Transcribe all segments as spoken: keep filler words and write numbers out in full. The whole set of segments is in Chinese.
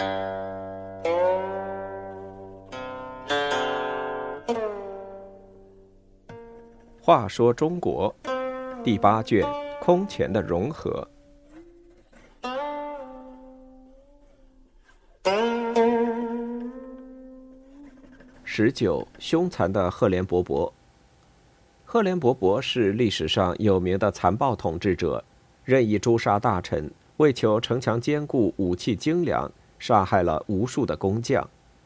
话说中国第八卷空前的融合。十九，凶残的赫连勃勃。赫连勃勃是历史上有名的残暴统治者，任意诛杀大臣，为求城墙坚固、武器精良，杀害了无数的工匠。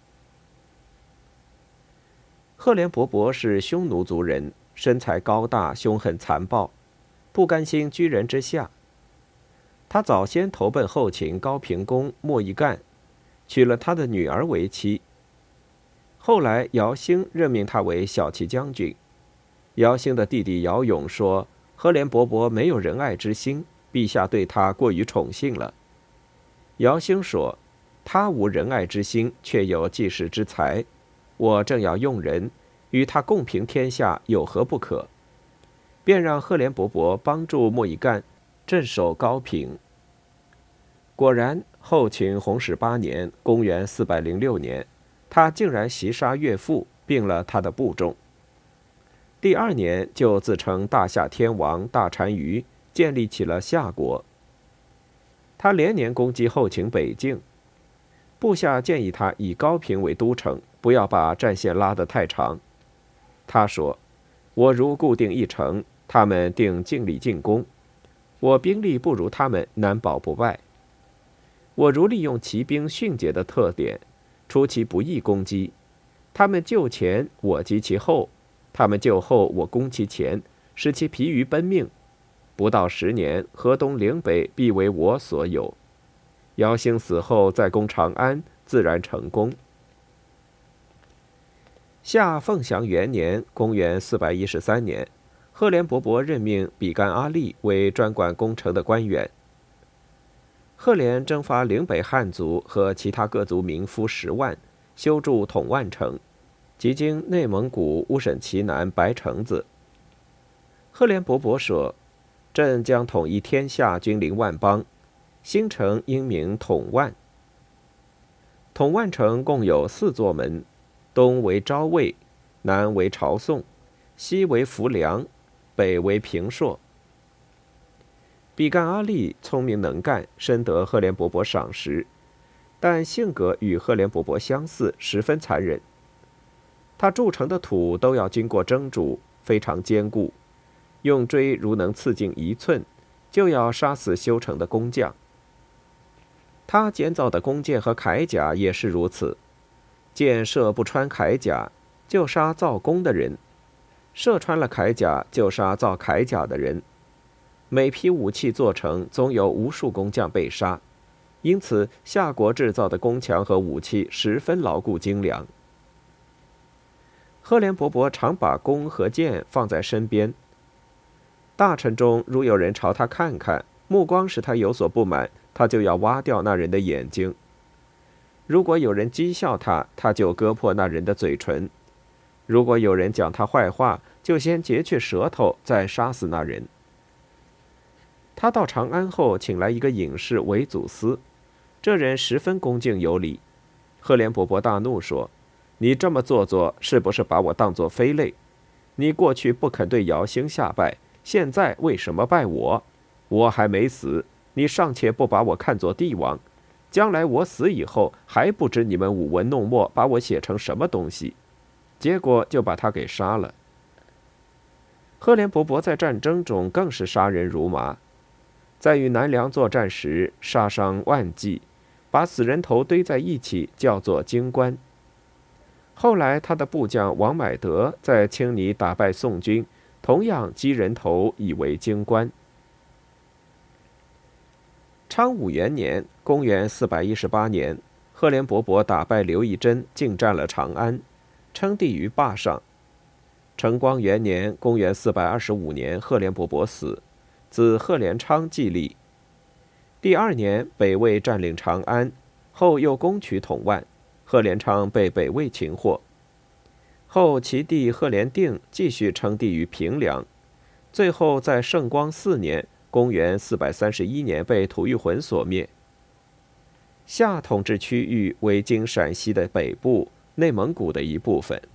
赫连勃勃是匈奴族人，身材高大，凶狠残暴，不甘心居人之下。他早先投奔后秦高平公莫翊干，娶了他的女儿为妻。后来姚兴任命他为骁骑将军。姚兴的弟弟姚勇说，赫连勃勃没有仁爱之心，陛下对他过于宠幸了。姚兴说，他无仁爱之心，却有济世之才，我正要用人，与他共平天下，有何不可？便让赫连勃勃帮助莫翊干镇守高平。果然，后秦弘始八年（公元四百零六年），他竟然袭杀岳父，并了他的部众。第二年，就自称大夏天王大单于，建立起了夏国。他连年攻击后秦北境，部下建议他以高平为都城，不要把战线拉得太长。他说：“我如固定一城，他们定尽力进攻；我兵力不如他们，难保不败。我如利用骑兵迅捷的特点，出其不意攻击，他们就前，我击其后；他们就后，我攻其前，使其疲于奔命。不到十年，河东岭北必为我所有。姚兴死后，再攻长安，自然成功。”夏凤翔元年（公元四百一十三年），赫连勃勃任命比干阿力为专管攻城的官员。赫连征发岭北汉族和其他各族民夫十万，修筑统万城，即经内蒙古乌审齐南白城子。赫连勃勃说：“朕将统一天下，君临万邦，新城应名统万。”统万城共有四座门，东为昭魏，南为朝宋，西为浮梁，北为平朔。比干阿力聪明能干，深得赫连勃勃赏识，但性格与赫连勃勃相似，十分残忍。他筑城的土都要经过蒸煮，非常坚固，用锥如能刺进一寸，就要杀死修城的工匠。他建造的弓箭和铠甲也是如此，箭射不穿铠甲，就杀造弓的人；射穿了铠甲，就杀造铠甲的人。每批武器做成，总有无数工匠被杀，因此夏国制造的弓枪和武器十分牢固精良。赫连勃勃常把弓和箭放在身边，大臣中如有人朝他看看，目光使他有所不满，他就要挖掉那人的眼睛；如果有人讥笑他，他就割破那人的嘴唇；如果有人讲他坏话，就先截去舌头，再杀死那人。他到长安后，请来一个隐士韦祖思，这人十分恭敬有礼。赫连勃勃大怒说：“你这么做作，是不是把我当作非类？你过去不肯对姚兴下拜，现在为什么拜我？我还没死，你尚且不把我看作帝王，将来我死以后，还不知你们舞文弄墨，把我写成什么东西。”结果就把他给杀了。赫连勃勃在战争中更是杀人如麻，在与南梁作战时，杀伤万计，把死人头堆在一起，叫做荆棺。后来他的部将王买德在青泥打败宋军，同样击人头以为荆棺。昌武元年（公元四百一十八年），赫连勃勃打败刘义珍，进占了长安，称帝于坝上。成光元年（公元四百二十五年），赫连勃勃死，子赫连昌继立。第二年，北魏占领长安，后又攻取统万，赫连昌被北魏擒获。后其弟赫连定继续称帝于平凉，最后在圣光四年（公元四百三十一年）被吐谷浑所灭。 夏统治区域为今陕西的北部、内蒙古的一部分。